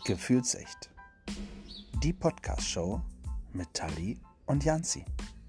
Gefühlsecht. Die Podcast-Show mit Tali und Janzi.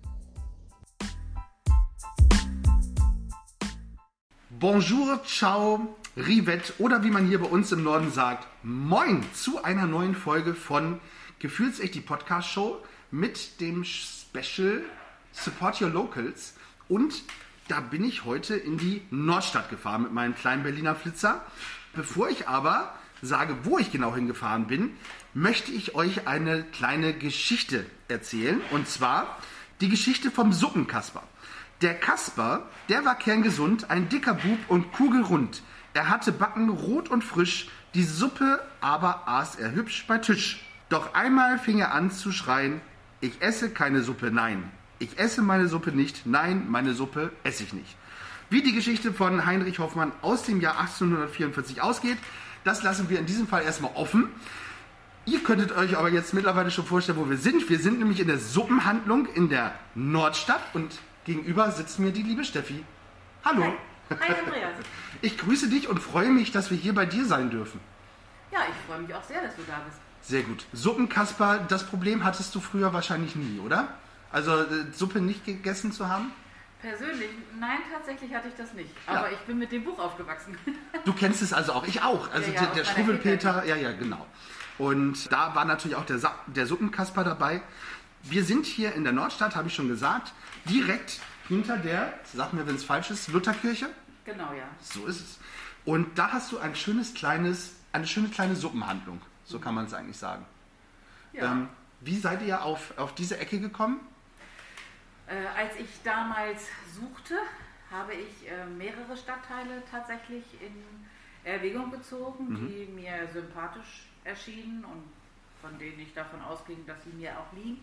Bonjour, ciao, rivet oder wie man hier bei uns im Norden sagt, moin zu einer neuen Folge von Gefühlsecht, die Podcast-Show mit dem Special Support Your Locals. Und da bin ich heute in die Nordstadt gefahren mit meinem kleinen Berliner Flitzer. Bevor ich aber sage, wo ich genau hingefahren bin, möchte ich euch eine kleine Geschichte erzählen. Und zwar die Geschichte vom Suppenkasper. Der Kasper, der war kerngesund, ein dicker Bub und kugelrund. Er hatte Backen rot und frisch, die Suppe aber aß er hübsch bei Tisch. Doch einmal fing er an zu schreien, ich esse keine Suppe, nein. Ich esse meine Suppe nicht, nein, meine Suppe esse ich nicht. Wie die Geschichte von Heinrich Hoffmann aus dem Jahr 1844 ausgeht, das lassen wir in diesem Fall erstmal offen. Ihr könntet euch aber jetzt mittlerweile schon vorstellen, wo wir sind. Wir sind nämlich in der Suppenhandlung in der Nordstadt und gegenüber sitzt mir die liebe Steffi. Hallo. Hi. Hi Andreas. Ich grüße dich und freue mich, dass wir hier bei dir sein dürfen. Ja, ich freue mich auch sehr, dass du da bist. Sehr gut. Suppenkasper, das Problem hattest du früher wahrscheinlich nie, oder? Also Suppe nicht gegessen zu haben? Persönlich? Nein, tatsächlich hatte ich das nicht. Ja. Aber ich bin mit dem Buch aufgewachsen. Du kennst es also auch. Ich auch. Also Ja, der aus meiner Schrubbelpeter, ja, genau. Und da war natürlich auch der Suppenkasper dabei. Wir sind hier in der Nordstadt, habe ich schon gesagt, direkt hinter der, sag mir, wenn es falsch ist, Lutherkirche. Genau, ja. So ist es. Und da hast du eine schöne kleine Suppenhandlung. So kann man es eigentlich sagen. Ja. Wie seid ihr auf diese Ecke gekommen? Als ich damals suchte, habe ich mehrere Stadtteile tatsächlich in Erwägung gezogen, die mir sympathisch erschienen und von denen ich davon ausging, dass sie mir auch liegen.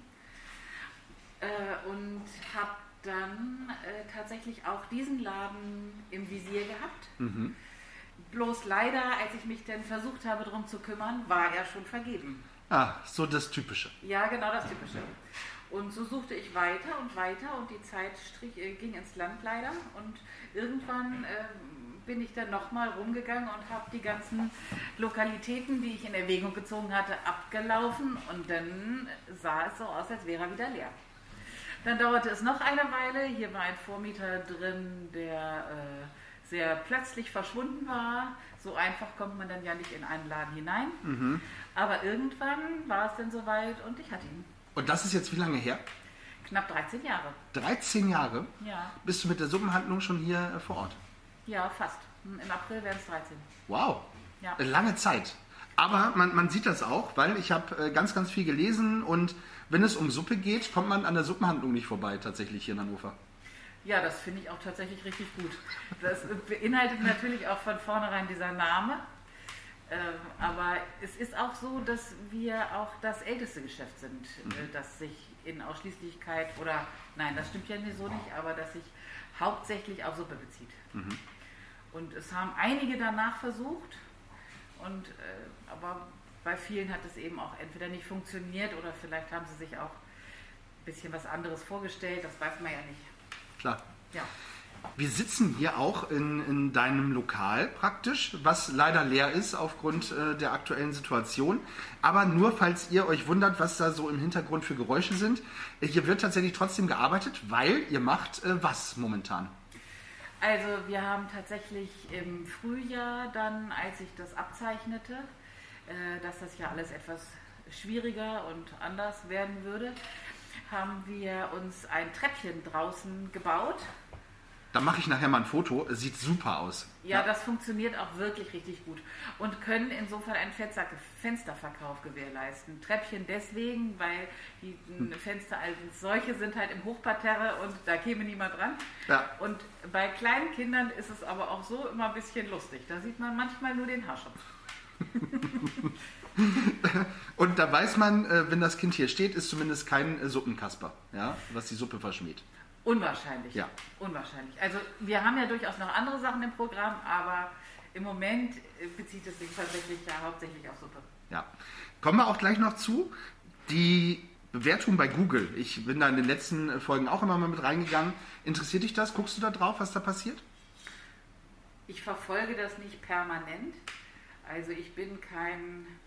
Und habe dann tatsächlich auch diesen Laden im Visier gehabt. Mhm. Bloß leider, als ich mich dann versucht habe, darum zu kümmern, war er schon vergeben. Ah, so das Typische. Ja, genau das Typische. Und so suchte ich weiter und die Zeit ging ins Land leider. Und irgendwann bin ich dann nochmal rumgegangen und habe die ganzen Lokalitäten, die ich in Erwägung gezogen hatte, abgelaufen. Und dann sah es so aus, als wäre er wieder leer. Dann dauerte es noch eine Weile. Hier war ein Vormieter drin, der sehr plötzlich verschwunden war. So einfach kommt man dann ja nicht in einen Laden hinein. Mhm. Aber irgendwann war es dann soweit und ich hatte ihn. Und das ist jetzt wie lange her? Knapp 13 Jahre. 13 Jahre? Ja. Bist du mit der Suppenhandlung schon hier vor Ort? Ja, fast. Im April werden es 13. Wow. Ja. Lange Zeit. Aber man sieht das auch, weil ich habe ganz, ganz viel gelesen und wenn es um Suppe geht, kommt man an der Suppenhandlung nicht vorbei, tatsächlich hier in Hannover. Ja, das finde ich auch tatsächlich richtig gut. Das beinhaltet natürlich auch von vornherein dieser Name. Aber es ist auch so, dass wir auch das älteste Geschäft sind, das sich in Ausschließlichkeit, oder nein, das stimmt ja so nicht, aber das sich hauptsächlich auf Suppe bezieht. Mhm. Und es haben einige danach versucht, aber bei vielen hat es eben auch entweder nicht funktioniert oder vielleicht haben sie sich auch ein bisschen was anderes vorgestellt, das weiß man ja nicht. Klar. Ja. Wir sitzen hier auch in deinem Lokal praktisch, was leider leer ist aufgrund der aktuellen Situation. Aber nur falls ihr euch wundert, was da so im Hintergrund für Geräusche sind. Hier wird tatsächlich trotzdem gearbeitet, weil ihr macht was momentan? Also wir haben tatsächlich im Frühjahr dann, als sich das abzeichnete, dass das ja alles etwas schwieriger und anders werden würde, haben wir uns ein Treppchen draußen gebaut. Da mache ich nachher mal ein Foto. Es sieht super aus. Ja, das funktioniert auch wirklich richtig gut. Und können insofern einen Fensterverkauf gewährleisten. Treppchen deswegen, weil die Fenster als solche sind halt im Hochparterre und da käme niemand dran. Ja. Und bei kleinen Kindern ist es aber auch so immer ein bisschen lustig. Da sieht man manchmal nur den Haarschopf. Und da weiß man, wenn das Kind hier steht, ist zumindest kein Suppenkasper, ja, was die Suppe verschmäht. Unwahrscheinlich. Ja. Unwahrscheinlich. Also wir haben ja durchaus noch andere Sachen im Programm, aber im Moment bezieht es sich tatsächlich ja hauptsächlich auf Suppe. Ja. Kommen wir auch gleich noch zu. Die Bewertung bei Google. Ich bin da in den letzten Folgen auch immer mal mit reingegangen. Interessiert dich das? Guckst du da drauf, was da passiert? Ich verfolge das nicht permanent. Also ich bin kein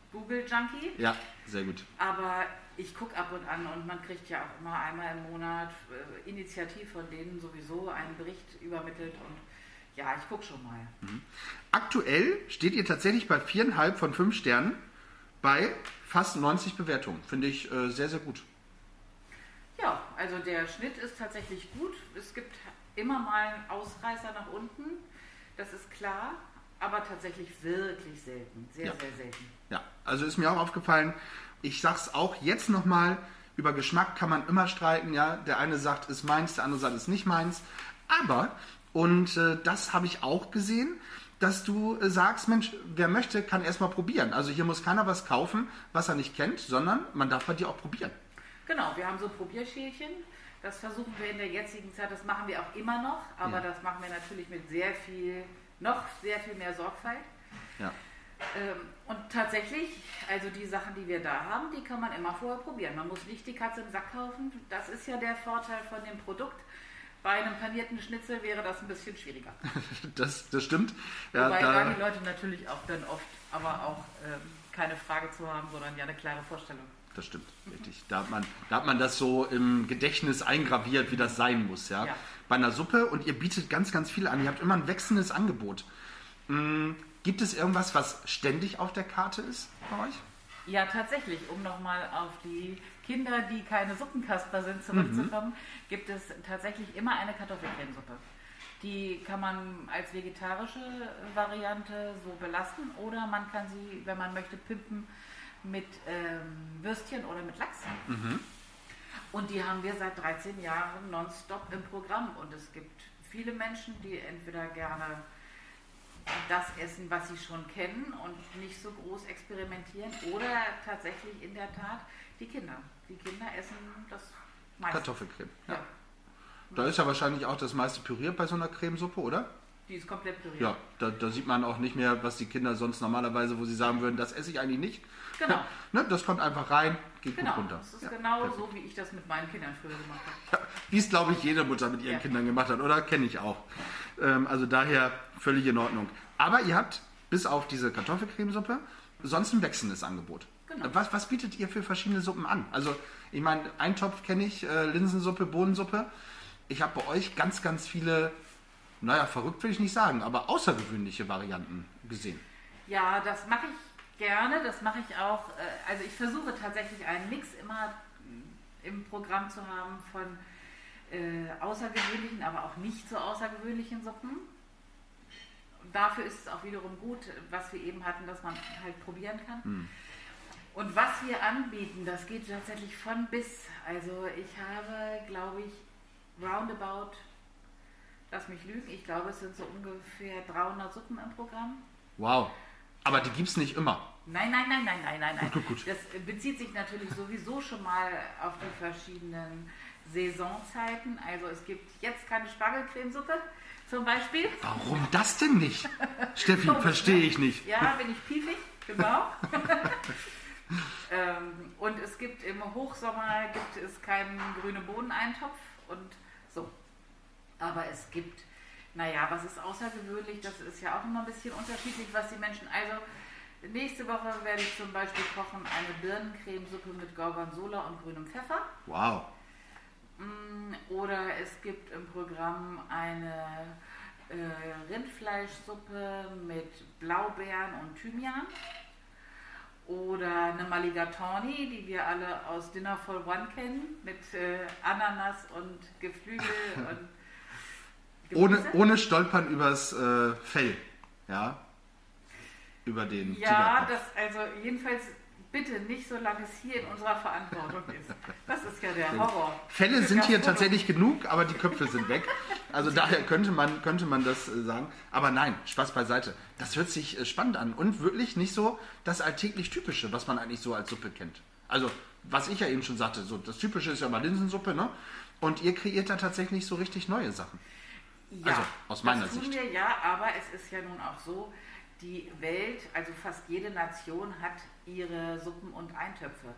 Google-Junkie. Ja, sehr gut. Aber ich gucke ab und an und man kriegt ja auch immer einmal im Monat initiativ von denen sowieso einen Bericht übermittelt und ja, ich gucke schon mal. Aktuell steht ihr tatsächlich bei 4,5 von 5 Sternen bei fast 90 Bewertungen. Finde ich sehr, sehr gut. Ja, also der Schnitt ist tatsächlich gut. Es gibt immer mal einen Ausreißer nach unten, das ist klar, aber tatsächlich wirklich selten. Sehr, sehr selten. Ja, also ist mir auch aufgefallen, ich sag's auch jetzt nochmal, über Geschmack kann man immer streiten, ja. Der eine sagt, ist meins, der andere sagt, ist nicht meins. Aber, und das habe ich auch gesehen, dass du sagst, Mensch, wer möchte, kann erstmal probieren. Also hier muss keiner was kaufen, was er nicht kennt, sondern man darf bei dir auch probieren. Genau, wir haben so Probierschälchen. Das versuchen wir in der jetzigen Zeit, das machen wir auch immer noch, aber das machen wir natürlich mit noch sehr viel mehr Sorgfalt. Ja. Und tatsächlich, also die Sachen, die wir da haben, die kann man immer vorher probieren. Man muss nicht die Katze im Sack kaufen. Das ist ja der Vorteil von dem Produkt. Bei einem panierten Schnitzel wäre das ein bisschen schwieriger. Das stimmt. Ja, Wobei da die Leute natürlich auch dann oft, aber auch keine Frage zu haben, sondern ja eine klare Vorstellung. Das stimmt, richtig. Da hat man das so im Gedächtnis eingraviert, wie das sein muss. Ja? Bei einer Suppe, und ihr bietet ganz, ganz viel an. Ihr habt immer ein wechselndes Angebot. Gibt es irgendwas, was ständig auf der Karte ist bei euch? Ja, tatsächlich. Um nochmal auf die Kinder, die keine Suppenkasper sind, zurückzukommen, gibt es tatsächlich immer eine Kartoffelcremesuppe. Die kann man als vegetarische Variante so belassen oder man kann sie, wenn man möchte, pimpen mit Würstchen oder mit Lachs. Und die haben wir seit 13 Jahren nonstop im Programm. Und es gibt viele Menschen, die entweder gerne das essen, was sie schon kennen und nicht so groß experimentieren, oder tatsächlich in der Tat die Kinder. Die Kinder essen das meiste. Kartoffelcreme. Ja. Da ist ja wahrscheinlich auch das meiste püriert bei so einer Cremesuppe, oder? Die ist komplett püriert. Ja, da sieht man auch nicht mehr, was die Kinder sonst normalerweise, wo sie sagen würden, das esse ich eigentlich nicht. Genau. Ne, das kommt einfach rein, geht gut runter. Das ist genau perfekt. So, wie ich das mit meinen Kindern früher gemacht habe. Ja, wie es, glaube ich, jede Mutter mit ihren Kindern gemacht hat, oder? Kenne ich auch. Also daher völlig in Ordnung. Aber ihr habt, bis auf diese Kartoffelcremesuppe, sonst ein wechselndes Angebot. Genau. Was bietet ihr für verschiedene Suppen an? Also, ich meine, Eintopf kenne ich, Linsensuppe, Bohnensuppe. Ich habe bei euch ganz, ganz viele, naja, verrückt will ich nicht sagen, aber außergewöhnliche Varianten gesehen. Ja, das mache ich gerne, das mache ich auch. Also ich versuche tatsächlich einen Mix immer im Programm zu haben von außergewöhnlichen, aber auch nicht so außergewöhnlichen Suppen. Und dafür ist es auch wiederum gut, was wir eben hatten, dass man halt probieren kann. Und was wir anbieten, das geht tatsächlich von bis. Also ich habe, glaube ich, roundabout, lass mich lügen, ich glaube, es sind so ungefähr 300 Suppen im Programm. Wow, aber die gibt es nicht immer. Nein. Gut. Das bezieht sich natürlich sowieso schon mal auf die verschiedenen Saisonzeiten. Also es gibt jetzt keine Spargelcremesuppe zum Beispiel. Warum das denn nicht? Steffi, verstehe ich nicht. Ja, bin ich piefig, genau. Und es gibt im Hochsommer keinen grüne Bohneneintopf und so. Aber es gibt, was ist außergewöhnlich, das ist ja auch immer ein bisschen unterschiedlich, was die Menschen, also nächste Woche werde ich zum Beispiel kochen eine Birnencremesuppe mit Gorgonzola und grünem Pfeffer. Wow. Oder es gibt im Programm eine Rindfleischsuppe mit Blaubeeren und Thymian. Oder eine Mulligatawny, die wir alle aus Dinner for One kennen, mit Ananas und Geflügel und Gemüse. Ohne Stolpern übers Fell, ja? Über den Tigerkopf. Also jedenfalls bitte nicht, solange es hier in unserer Verantwortung ist. Das ist ja der Horror. Fälle sind hier tatsächlich genug, aber die Köpfe sind weg. Also daher könnte man das sagen. Aber nein, Spaß beiseite. Das hört sich spannend an und wirklich nicht so das alltäglich Typische, was man eigentlich so als Suppe kennt. Also, was ich ja eben schon sagte, so das Typische ist ja mal Linsensuppe, ne? Und ihr kreiert da tatsächlich so richtig neue Sachen. Ja, also, aus meiner das tun Sicht. wir ja, aber es ist ja nun auch so, die Welt, also fast jede Nation hat ihre Suppen und Eintöpfe.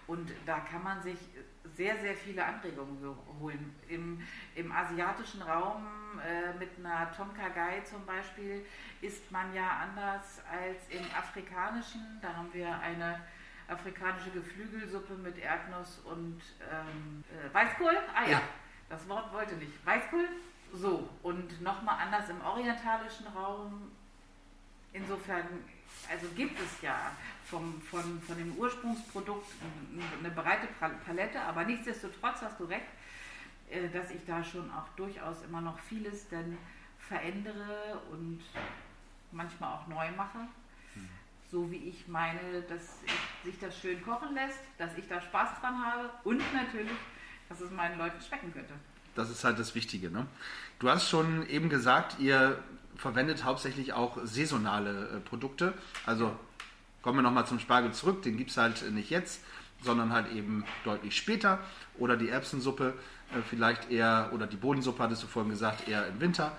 Und da kann man sich sehr, sehr viele Anregungen holen. Im asiatischen Raum mit einer Tom Kha Gai zum Beispiel isst man ja anders als im afrikanischen. Da haben wir eine afrikanische Geflügelsuppe mit Erdnuss und Weißkohl. Ah ja, das Wort wollte nicht. Weißkohl, so. Und nochmal anders im orientalischen Raum. Insofern, also gibt es ja von dem Ursprungsprodukt eine breite Palette, aber nichtsdestotrotz hast du recht, dass ich da schon auch durchaus immer noch vieles dann verändere und manchmal auch neu mache. So wie ich meine, dass sich das schön kochen lässt, dass ich da Spaß dran habe und natürlich, dass es meinen Leuten schmecken könnte. Das ist halt das Wichtige, ne? Du hast schon eben gesagt, ihr verwendet hauptsächlich auch saisonale Produkte. Also kommen wir nochmal zum Spargel zurück, den gibt es halt nicht jetzt, sondern halt eben deutlich später. Oder die Erbsensuppe vielleicht eher, oder die Bohnensuppe hattest du vorhin gesagt, eher im Winter.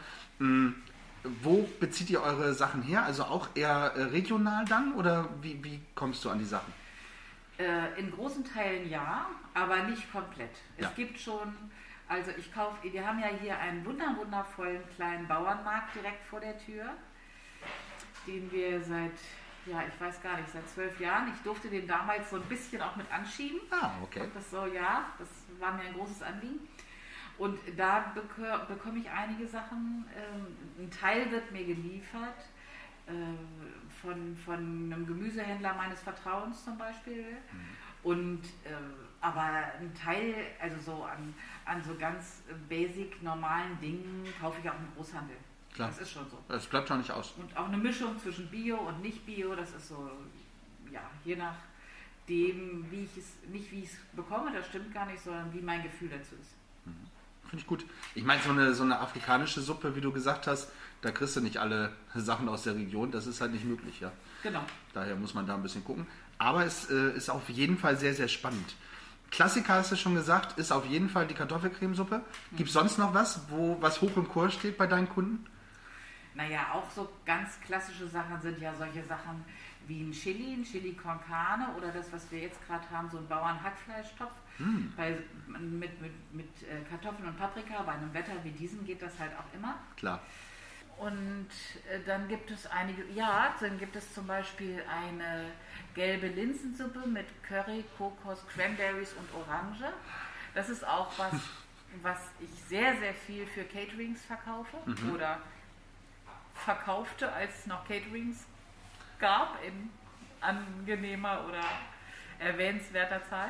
Wo bezieht ihr eure Sachen her? Also auch eher regional dann? Oder wie kommst du an die Sachen? In großen Teilen ja, aber nicht komplett. Ja. Es gibt schon, also wir haben ja hier einen wundervollen kleinen Bauernmarkt direkt vor der Tür, den wir seit 12 Jahren. Ich durfte den damals so ein bisschen auch mit anschieben. Ah, okay. Und das war mir ein großes Anliegen. Und da bekomme ich einige Sachen. Ein Teil wird mir geliefert von einem Gemüsehändler meines Vertrauens zum Beispiel. Und aber ein Teil, also so an so ganz basic normalen Dingen kaufe ich auch im Großhandel. Klar. Das ist schon so. Das bleibt doch nicht aus. Und auch eine Mischung zwischen Bio und Nicht-Bio, das ist so, ja, je nachdem, wie ich es bekomme, das stimmt gar nicht, sondern wie mein Gefühl dazu ist. Finde ich gut. Ich meine, so eine afrikanische Suppe, wie du gesagt hast, da kriegst du nicht alle Sachen aus der Region, das ist halt nicht möglich, ja. Genau. Daher muss man da ein bisschen gucken. Aber es ist auf jeden Fall sehr, sehr spannend. Klassiker, hast du schon gesagt, ist auf jeden Fall die Kartoffelcremesuppe. Gibt es sonst noch was hoch im Kurs steht bei deinen Kunden? Naja, auch so ganz klassische Sachen sind ja solche Sachen wie ein Chili con Carne oder das, was wir jetzt gerade haben, so ein Bauernhackfleischtopf. Mit Kartoffeln und Paprika. Bei einem Wetter wie diesem geht das halt auch immer. Klar. Und dann gibt es dann gibt es zum Beispiel eine gelbe Linsensuppe mit Curry, Kokos, Cranberries und Orange. Das ist auch was ich sehr, sehr viel für Caterings verkaufe oder verkaufte, als es noch Caterings gab in angenehmer oder erwähnenswerter Zahl.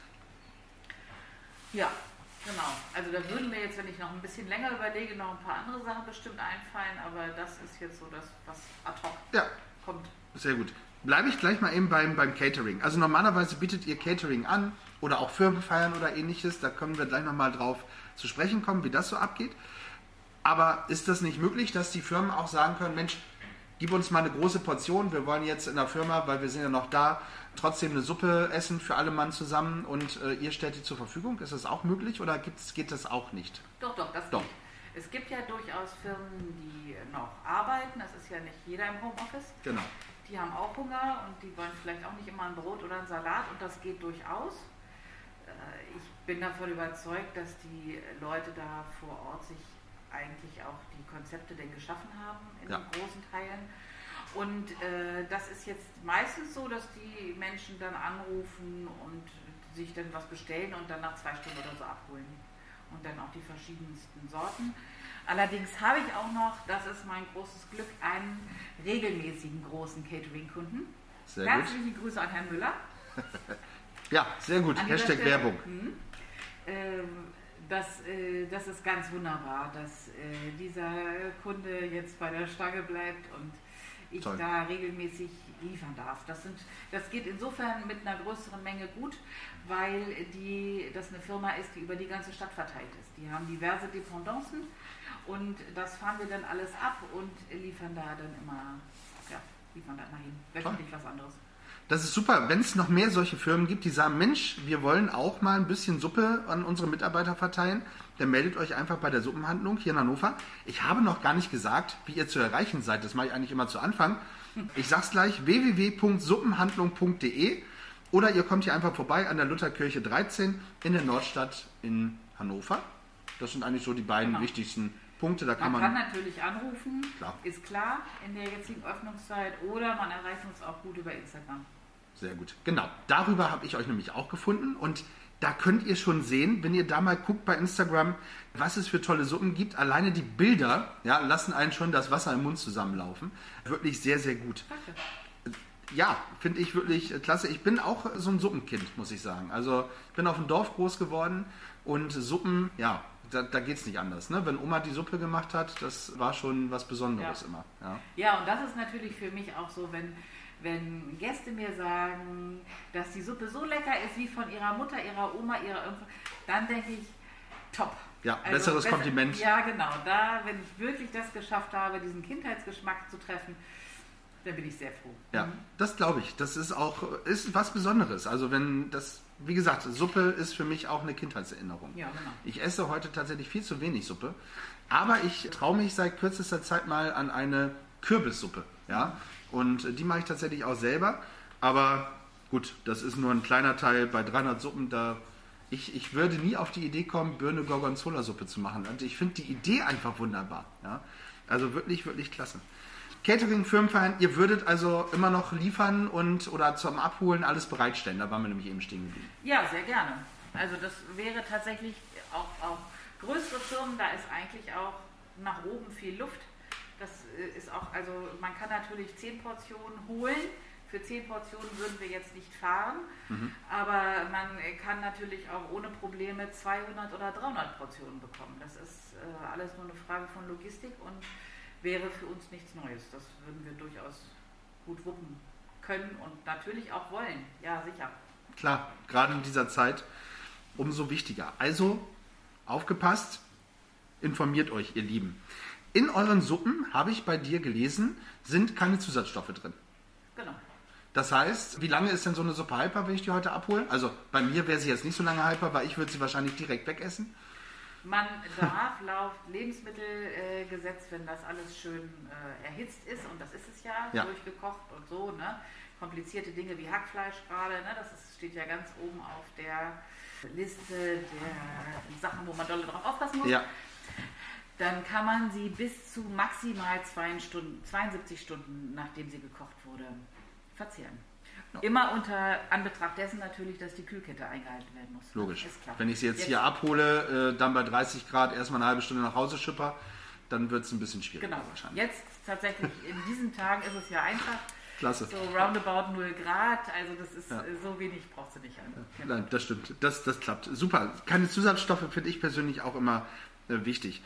Ja, genau. Also da würden mir jetzt, wenn ich noch ein bisschen länger überlege, noch ein paar andere Sachen bestimmt einfallen, aber das ist jetzt so das, was ad hoc kommt. Sehr gut. Bleibe ich gleich mal eben beim Catering. Also normalerweise bietet ihr Catering an oder auch Firmenfeiern oder ähnliches. Da können wir gleich nochmal drauf zu sprechen kommen, wie das so abgeht. Aber ist das nicht möglich, dass die Firmen auch sagen können, Mensch, gib uns mal eine große Portion, wir wollen jetzt in der Firma, weil wir sind ja noch da, trotzdem eine Suppe essen für alle Mann zusammen und ihr stellt die zur Verfügung? Ist das auch möglich oder geht das auch nicht? Doch, das geht. Es gibt ja durchaus Firmen, die noch arbeiten, das ist ja nicht jeder im Homeoffice. Genau. Die haben auch Hunger und die wollen vielleicht auch nicht immer ein Brot oder ein Salat und das geht durchaus. Ich bin davon überzeugt, dass die Leute da vor Ort sich eigentlich auch die Konzepte denn geschaffen haben in den großen Teilen. Und das ist jetzt meistens so, dass die Menschen dann anrufen und sich dann was bestellen und dann nach 2 Stunden oder so abholen. Und dann auch die verschiedensten Sorten. Allerdings habe ich auch noch, das ist mein großes Glück, einen regelmäßigen großen Catering-Kunden. Sehr Herzliche Grüße an Herrn Müller. Ja, sehr gut. Hashtag Werbung. Das ist ganz wunderbar, dass dieser Kunde jetzt bei der Stange bleibt und ich da regelmäßig liefern darf. Das geht insofern mit einer größeren Menge gut, weil das eine Firma ist, die über die ganze Stadt verteilt ist. Die haben diverse Dependancen und das fahren wir dann alles ab und liefern da dann immer hin. Wöchentlich was anderes. Das ist super, wenn es noch mehr solche Firmen gibt, die sagen, Mensch, wir wollen auch mal ein bisschen Suppe an unsere Mitarbeiter verteilen, dann meldet euch einfach bei der Suppenhandlung hier in Hannover. Ich habe noch gar nicht gesagt, wie ihr zu erreichen seid. Das mache ich eigentlich immer zu Anfang. Ich sage es gleich, www.suppenhandlung.de Oder ihr kommt hier einfach vorbei an der Lutherkirche 13 in der Nordstadt in Hannover. Das sind eigentlich so die beiden wichtigsten Punkte. Da man kann natürlich anrufen, klar. Ist klar, in der jetzigen Öffnungszeit. Oder man erreicht uns auch gut über Instagram. Sehr gut. Genau, darüber habe ich euch nämlich auch gefunden. Und da könnt ihr schon sehen, wenn ihr da mal guckt bei Instagram, was es für tolle Suppen gibt. Alleine die Bilder lassen einen schon das Wasser im Mund zusammenlaufen. Wirklich sehr, sehr gut. Danke. Ja, finde ich wirklich klasse. Ich bin auch so ein Suppenkind, muss ich sagen. Also ich bin auf dem Dorf groß geworden und Suppen, da geht es nicht anders. Ne? Wenn Oma die Suppe gemacht hat, das war schon was Besonderes immer. Ja, und das ist natürlich für mich auch so, wenn Gäste mir sagen, dass die Suppe so lecker ist wie von ihrer Mutter, ihrer Oma, dann denke ich, top. Ja, besseres Kompliment. Ja, genau. Da, wenn ich wirklich das geschafft habe, diesen Kindheitsgeschmack zu treffen, dann bin ich sehr froh. Ja, das glaube ich. Das ist was Besonderes. Also wie gesagt, Suppe ist für mich auch eine Kindheitserinnerung. Ja, genau. Ich esse heute tatsächlich viel zu wenig Suppe, aber ich traue mich seit kürzester Zeit mal an eine Kürbissuppe. Ja? Und die mache ich tatsächlich auch selber. Aber gut, das ist nur ein kleiner Teil bei 300 Suppen. Ich würde nie auf die Idee kommen, Birne-Gorgonzola-Suppe zu machen. Und ich finde die Idee einfach wunderbar. Ja? Also wirklich, wirklich klasse. Catering-Firmenverein, ihr würdet also immer noch liefern oder zum Abholen alles bereitstellen. Da waren wir nämlich eben stehen geblieben. Ja, sehr gerne. Also das wäre tatsächlich auch größere Firmen, da ist eigentlich auch nach oben viel Luft. Das ist auch, also man kann natürlich 10 Portionen holen. Für 10 Portionen würden wir jetzt nicht fahren, aber man kann natürlich auch ohne Probleme 200 oder 300 Portionen bekommen. Das ist alles nur eine Frage von Logistik und wäre für uns nichts Neues. Das würden wir durchaus gut wuppen können und natürlich auch wollen. Ja, sicher. Klar, gerade in dieser Zeit umso wichtiger. Also, aufgepasst, informiert euch, ihr Lieben. In euren Suppen, habe ich bei dir gelesen, sind keine Zusatzstoffe drin. Genau. Das heißt, wie lange ist denn so eine Suppe haltbar, wenn ich die heute abhole? Also, bei mir wäre sie jetzt nicht so lange haltbar, weil ich würde sie wahrscheinlich direkt wegessen. Man darf laut Lebensmittelgesetz, wenn das alles schön erhitzt ist, und das ist es ja, durchgekocht und so, ne? Komplizierte Dinge wie Hackfleisch gerade, ne? Steht ja ganz oben auf der Liste der Sachen, wo man doll drauf aufpassen muss. Ja. Dann kann man sie bis zu maximal 72 Stunden, nachdem sie gekocht wurde, verzehren. Immer unter Anbetracht dessen natürlich, dass die Kühlkette eingehalten werden muss. Logisch. Wenn ich sie jetzt hier abhole, dann bei 30 Grad erstmal eine halbe Stunde nach Hause schipper, dann wird es ein bisschen schwieriger wahrscheinlich. Jetzt tatsächlich in diesen Tagen ist es ja einfach. Klasse. So roundabout 0 Grad, also das ist so wenig brauchst du nicht an. Genau. Nein, das stimmt. Das klappt. Super. Keine Zusatzstoffe finde ich persönlich auch immer wichtig.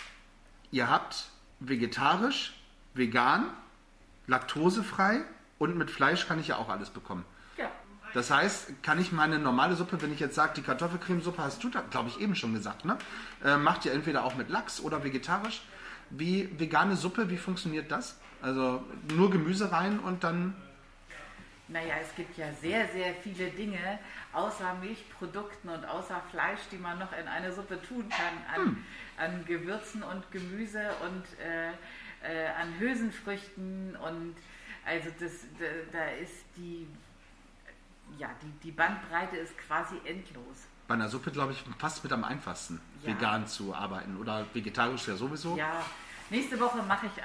Ihr habt vegetarisch, vegan, laktosefrei und mit Fleisch kann ich ja auch alles bekommen. Ja. Das heißt, kann ich meine normale Suppe, wenn ich jetzt sage, die Kartoffelcremesuppe hast du da, glaube ich, eben schon gesagt, ne? Macht ihr entweder auch mit Lachs oder vegetarisch. Wie vegane Suppe, wie funktioniert das? Also nur Gemüse rein und dann... Naja, es gibt ja sehr, sehr viele Dinge außer Milchprodukten und außer Fleisch, die man noch in eine Suppe tun kann, an Gewürzen und Gemüse und an Hülsenfrüchten und also da ist die Bandbreite ist quasi endlos. Bei einer Suppe, glaube ich, fast mit am einfachsten, vegan zu arbeiten oder vegetarisch ja sowieso. Ja, nächste Woche mache ich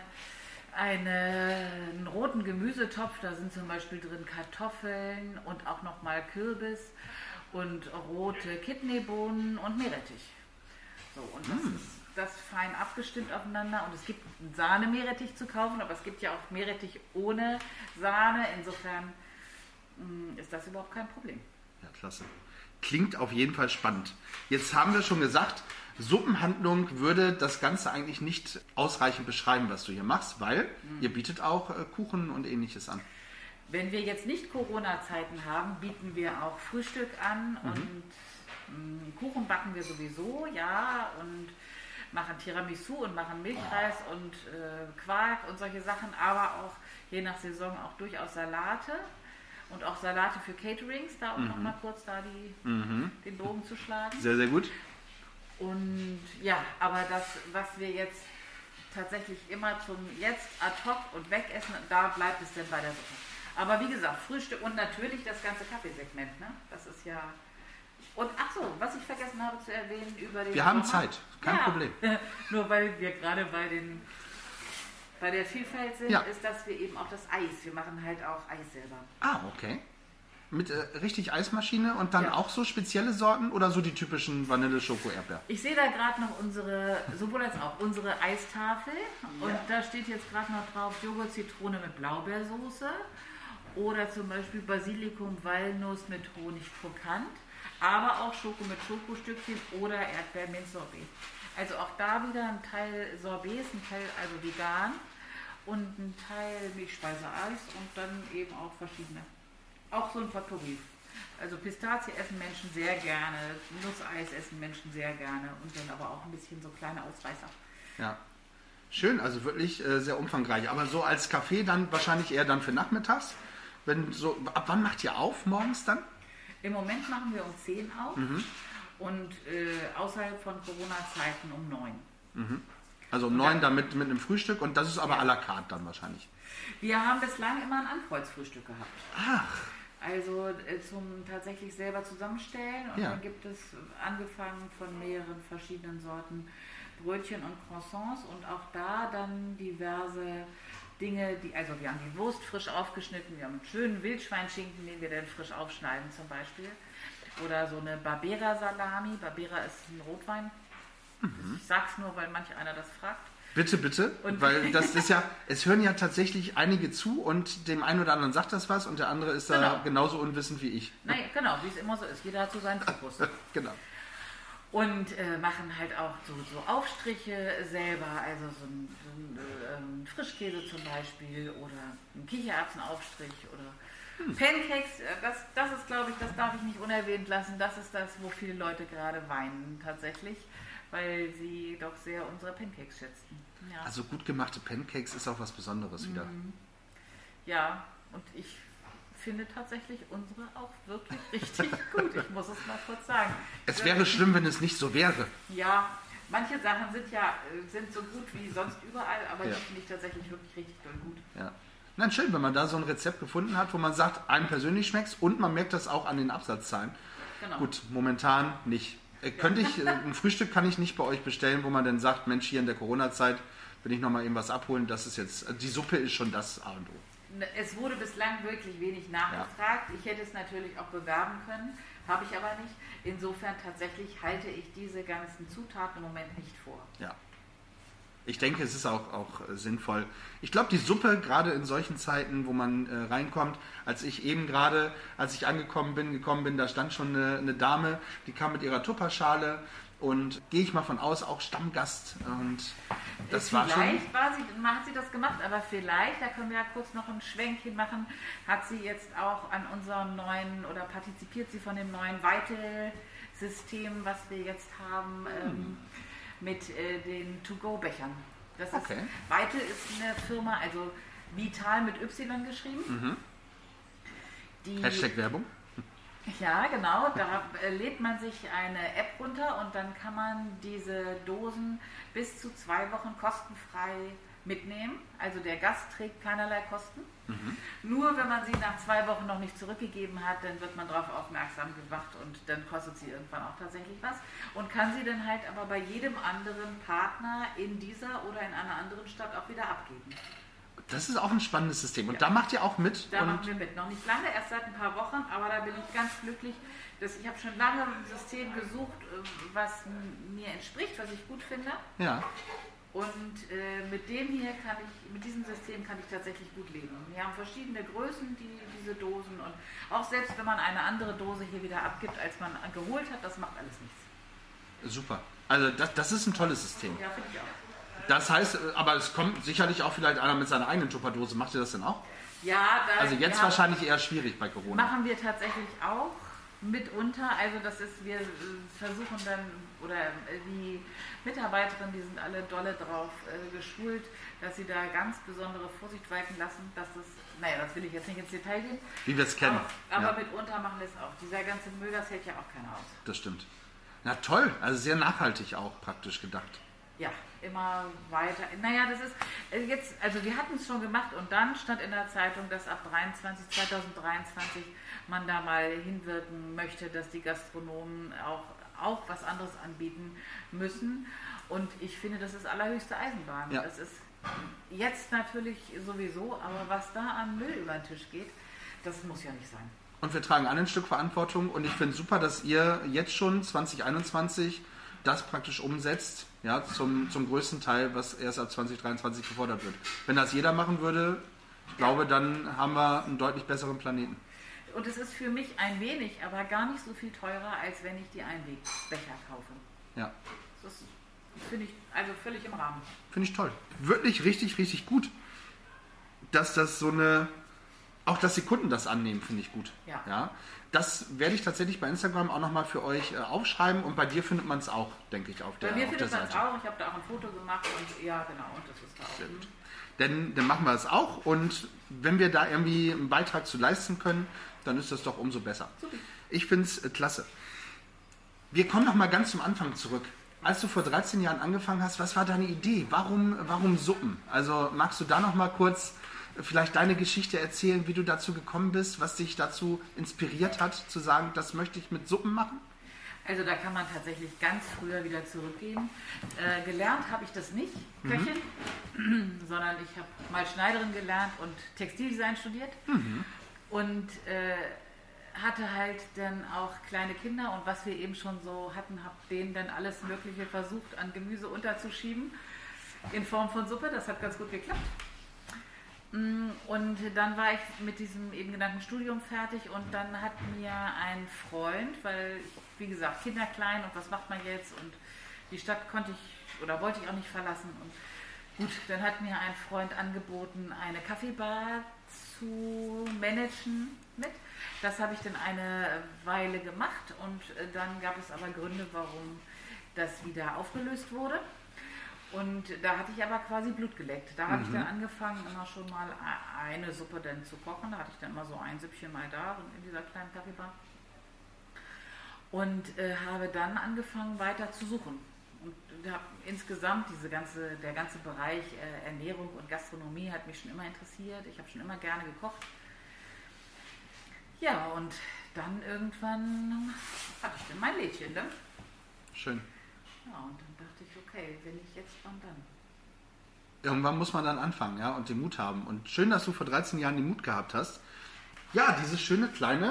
einen roten Gemüsetopf, da sind zum Beispiel drin Kartoffeln und auch nochmal Kürbis und rote Kidneybohnen und Meerrettich. So, und das fein abgestimmt aufeinander und es gibt Sahne-Meerrettich zu kaufen, aber es gibt ja auch Meerrettich ohne Sahne, insofern ist das überhaupt kein Problem. Ja, klasse. Klingt auf jeden Fall spannend. Jetzt haben wir schon gesagt, Suppenhandlung würde das Ganze eigentlich nicht ausreichend beschreiben, was du hier machst, weil ihr bietet auch Kuchen und Ähnliches an. Wenn wir jetzt nicht Corona-Zeiten haben, bieten wir auch Frühstück an und Kuchen backen wir sowieso, ja, und machen Tiramisu und machen Milchreis und Quark und solche Sachen, aber auch je nach Saison auch durchaus Salate. Und auch Salate für Caterings, da um nochmal kurz den Bogen zu schlagen. Sehr, sehr gut. Und ja, aber das, was wir jetzt tatsächlich immer zum jetzt ad hoc und wegessen, da bleibt es denn bei der Suppe. Aber wie gesagt, Frühstück und natürlich das ganze Kaffeesegment, ne? Das ist ja... Und ach so, was ich vergessen habe zu erwähnen über den... Wir haben Zeit, kein Problem. Nur weil wir gerade bei der Vielfalt sind, ist, dass wir eben auch das Eis, wir machen halt auch Eis selber. Ah, okay. Mit richtig Eismaschine und dann auch so spezielle Sorten oder so die typischen Vanille, Schoko, Erdbeer? Ich sehe da gerade noch sowohl als auch unsere Eistafel und da steht jetzt gerade noch drauf Joghurt, Zitrone mit Blaubeersoße oder zum Beispiel Basilikum, Walnuss mit Honig krokant, aber auch Schoko mit Schokostückchen oder Erdbeer-Minz-Sorbet. Also auch da wieder ein Teil Sorbets, ein Teil also vegan und ein Teil Milchspeise-Eis und dann eben auch verschiedene. Auch so ein Potpourri. Also Pistazie essen Menschen sehr gerne, Nusseis essen Menschen sehr gerne und dann aber auch ein bisschen so kleine Ausreißer. Ja, schön, also wirklich sehr umfangreich. Aber so als Kaffee dann wahrscheinlich eher dann für nachmittags. Ab wann macht ihr auf morgens dann? Im Moment machen wir um 10 auf und außerhalb von Corona-Zeiten um 9. Mhm. Also um 9 dann mit einem Frühstück und das ist aber à la carte dann wahrscheinlich. Wir haben bislang immer ein Ankreuzfrühstück gehabt. Ach. Also zum tatsächlich selber zusammenstellen und dann gibt es angefangen von mehreren verschiedenen Sorten Brötchen und Croissants und auch da dann diverse Dinge, also wir haben die Wurst frisch aufgeschnitten, wir haben einen schönen Wildschweinschinken, den wir dann frisch aufschneiden zum Beispiel. Oder so eine Barbera-Salami. Barbera ist ein Rotwein. Ich sag's nur, weil manch einer das fragt. Bitte, bitte, weil das ist ja, es hören ja tatsächlich einige zu und dem einen oder anderen sagt das was und der andere ist da genauso unwissend wie ich. Nein, genau, wie es immer so ist. Jeder hat so seinen Fokus. Genau. Und machen halt auch so Aufstriche selber, also so ein Frischkäse zum Beispiel oder einen Kichererbsenaufstrich oder Pancakes. Das ist, glaube ich, das darf ich nicht unerwähnt lassen. Das ist das, wo viele Leute gerade weinen tatsächlich, weil sie doch sehr unsere Pancakes schätzen. Ja. Also gut gemachte Pancakes ist auch was Besonderes wieder. Ja, und ich finde tatsächlich unsere auch wirklich richtig gut. Ich muss es mal kurz sagen. Es wäre schlimm, wenn es nicht so wäre. Ja, manche Sachen sind so gut wie sonst überall, aber die finde ich tatsächlich wirklich richtig doll gut. Ja. Nein, schön, wenn man da so ein Rezept gefunden hat, wo man sagt, einem persönlich schmeckt es und man merkt das auch an den Absatzzahlen. Genau. Gut, momentan nicht. Ein Frühstück kann ich nicht bei euch bestellen, wo man dann sagt, Mensch, hier in der Corona-Zeit will ich nochmal irgendwas abholen. Das ist jetzt, die Suppe ist schon das A und O. Es wurde bislang wirklich wenig nachgefragt. Ich hätte es natürlich auch bewerben können, habe ich aber nicht. Insofern tatsächlich halte ich diese ganzen Zutaten im Moment nicht vor. Ja. Ich denke, es ist auch sinnvoll. Ich glaube, die Suppe, gerade in solchen Zeiten, wo man reinkommt, als ich gekommen bin, da stand schon eine Dame, die kam mit ihrer Tupperschale und gehe ich mal von aus, auch Stammgast. Und das war schon... Vielleicht hat sie das gemacht, aber vielleicht, da können wir ja kurz noch ein Schwenkchen machen, hat sie jetzt auch an unserem neuen, oder partizipiert sie von dem neuen Weitel-System, was wir jetzt haben, mit den To-Go-Bechern. Weitel ist eine Firma, also Vital mit Y geschrieben. Hashtag Werbung. Ja, genau. Da lädt man sich eine App runter und dann kann man diese Dosen bis zu 2 Wochen kostenfrei mitnehmen. Also der Gast trägt keinerlei Kosten. Nur wenn man sie nach 2 Wochen noch nicht zurückgegeben hat, dann wird man darauf aufmerksam gemacht und dann kostet sie irgendwann auch tatsächlich was. Und kann sie dann halt aber bei jedem anderen Partner in dieser oder in einer anderen Stadt auch wieder abgeben. Das ist auch ein spannendes System. Und da macht ihr auch mit? Da machen wir mit. Noch nicht lange, erst seit ein paar Wochen, aber da bin ich ganz glücklich. Ich habe schon lange ein System gesucht, was mir entspricht, was ich gut finde. Ja. Und mit diesem System kann ich tatsächlich gut leben. Wir haben verschiedene Größen, diese Dosen. Und auch selbst wenn man eine andere Dose hier wieder abgibt, als man geholt hat, das macht alles nichts. Super. Also das ist ein tolles System. Ja, finde ich auch. Das heißt, aber es kommt sicherlich auch vielleicht einer mit seiner eigenen Tupperdose. Macht ihr das denn auch? Ja. Also jetzt wahrscheinlich eher schwierig bei Corona. Machen wir tatsächlich auch mitunter. Also wir versuchen dann, oder die Mitarbeiterinnen, die sind alle dolle drauf geschult, dass sie da ganz besondere Vorsicht walten lassen, dass das will ich jetzt nicht ins Detail gehen. Wie wir es kennen. Aber mitunter machen wir es auch. Dieser ganze Müll, das hält ja auch keiner aus. Das stimmt. Na toll, also sehr nachhaltig auch praktisch gedacht. Ja, immer weiter. Naja, das ist jetzt, also wir hatten es schon gemacht und dann stand in der Zeitung, dass ab 2023 man da mal hinwirken möchte, dass die Gastronomen auch was anderes anbieten müssen. Und ich finde, das ist allerhöchste Eisenbahn. Ja. Das ist jetzt natürlich sowieso, aber was da an Müll über den Tisch geht, das muss ja nicht sein. Und wir tragen alle ein Stück Verantwortung und ich finde es super, dass ihr jetzt schon 2021 das praktisch umsetzt, ja, zum größten Teil, was erst ab 2023 gefordert wird. Wenn das jeder machen würde, ich glaube, dann haben wir einen deutlich besseren Planeten. Und es ist für mich ein wenig, aber gar nicht so viel teurer, als wenn ich die Einwegbecher kaufe. Ja. Das finde ich also völlig im Rahmen. Finde ich toll. Wirklich richtig, richtig gut. Dass das auch dass die Kunden das annehmen, finde ich gut. Ja. Das werde ich tatsächlich bei Instagram auch nochmal für euch aufschreiben und bei dir findet man es auch, denke ich, auf der Seite. Bei mir findet man es auch, ich habe da auch ein Foto gemacht und ja, genau, und das ist da auch. Sehr gut. Dann machen wir es auch und wenn wir da irgendwie einen Beitrag zu leisten können, dann ist das doch umso besser. Super. Ich finde es klasse. Wir kommen nochmal ganz zum Anfang zurück. Als du vor 13 Jahren angefangen hast, was war deine Idee? Warum Suppen? Also magst du da nochmal kurz vielleicht deine Geschichte erzählen, wie du dazu gekommen bist, was dich dazu inspiriert hat, zu sagen, das möchte ich mit Suppen machen? Also da kann man tatsächlich ganz früher wieder zurückgehen. Gelernt habe ich das nicht, Köchin, sondern ich habe mal Schneiderin gelernt und Textildesign studiert und hatte halt dann auch kleine Kinder und was wir eben schon so hatten, habe denen dann alles Mögliche versucht an Gemüse unterzuschieben in Form von Suppe. Das hat ganz gut geklappt. Und dann war ich mit diesem eben genannten Studium fertig und dann hat mir ein Freund, weil ich, wie gesagt, Kinder klein und was macht man jetzt und die Stadt wollte ich auch nicht verlassen und gut, dann hat mir ein Freund angeboten, eine Kaffeebar zu managen mit. Das habe ich dann eine Weile gemacht und dann gab es aber Gründe, warum das wieder aufgelöst wurde. Und da hatte ich aber quasi Blut geleckt. Da habe ich dann angefangen, immer schon mal eine Suppe dann zu kochen. Da hatte ich dann immer so ein Süppchen mal da in dieser kleinen Kaffeebar. Und habe dann angefangen weiter zu suchen. Und insgesamt der ganze Bereich Ernährung und Gastronomie hat mich schon immer interessiert. Ich habe schon immer gerne gekocht. Ja, und dann irgendwann hatte ich dann mein Lädchen, ne? Schön. Ja, und dann dachte ich, okay, wenn nicht jetzt, wann dann? Irgendwann muss man dann anfangen, ja, und den Mut haben. Und schön, dass du vor 13 Jahren den Mut gehabt hast. Ja, diese kleine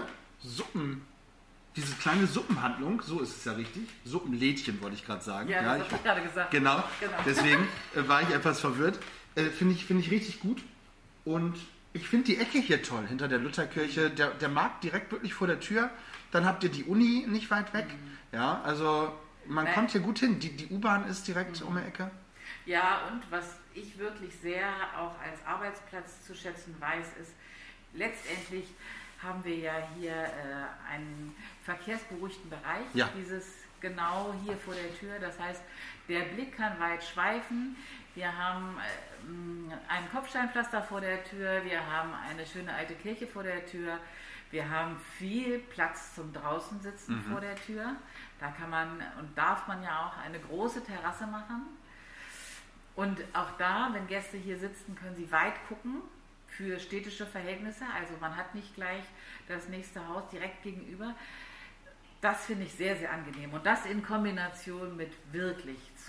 Suppenhandlung, so ist es ja richtig. Suppenlädchen wollte ich gerade sagen. Ja, das habe ich gerade gesagt. Genau. Deswegen war ich etwas verwirrt. Finde ich richtig gut. Und ich finde die Ecke hier toll, hinter der Lutherkirche. Der Markt direkt wirklich vor der Tür. Dann habt ihr die Uni nicht weit weg. Ja, also man kommt hier gut hin. Die U-Bahn ist direkt um die Ecke. Ja, und was ich wirklich sehr auch als Arbeitsplatz zu schätzen weiß, ist, letztendlich haben wir ja hier einen verkehrsberuhigten Bereich, ja. Dieses genau hier vor der Tür. Das heißt, der Blick kann weit schweifen. Wir haben ein Kopfsteinpflaster vor der Tür, wir haben eine schöne alte Kirche vor der Tür, wir haben viel Platz zum draußen sitzen vor der Tür. Da kann man und darf man ja auch eine große Terrasse machen. Und auch da, wenn Gäste hier sitzen, können sie weit gucken für städtische Verhältnisse. Also man hat nicht gleich das nächste Haus direkt gegenüber. Das finde ich sehr, sehr angenehm. Und das in Kombination mit wirklich zu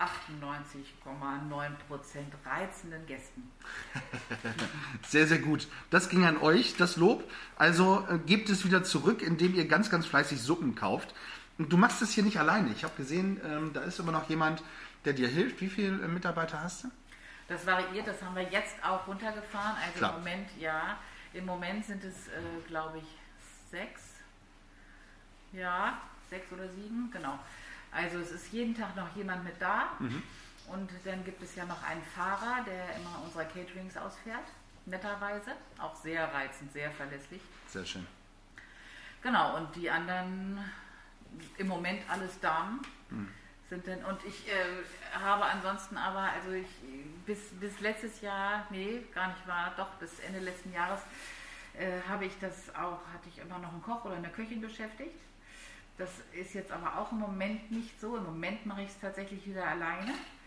98,9% reizenden Gästen. Sehr, sehr gut. Das ging an euch, das Lob. Also gebt es wieder zurück, indem ihr ganz, ganz fleißig Suppen kauft. Und du machst es hier nicht alleine. Ich habe gesehen, da ist immer noch jemand, der dir hilft. Wie viele Mitarbeiter hast du? Das variiert, das haben wir jetzt auch runtergefahren. Also klar. Im Moment sind es, glaube ich, 6. Ja, 6 oder 7, genau. Also es ist jeden Tag noch jemand mit da. Und dann gibt es ja noch einen Fahrer, der immer unsere Caterings ausfährt, netterweise. Auch sehr reizend, sehr verlässlich. Sehr schön. Genau, und die anderen, im Moment alles Damen. Sind denn, und ich habe ansonsten aber, also bis letztes Jahr, nee, gar nicht wahr, doch bis Ende letzten Jahres hatte ich immer noch einen Koch oder eine Köchin beschäftigt. Das ist jetzt aber auch im Moment nicht so. Im Moment mache ich es tatsächlich wieder alleine.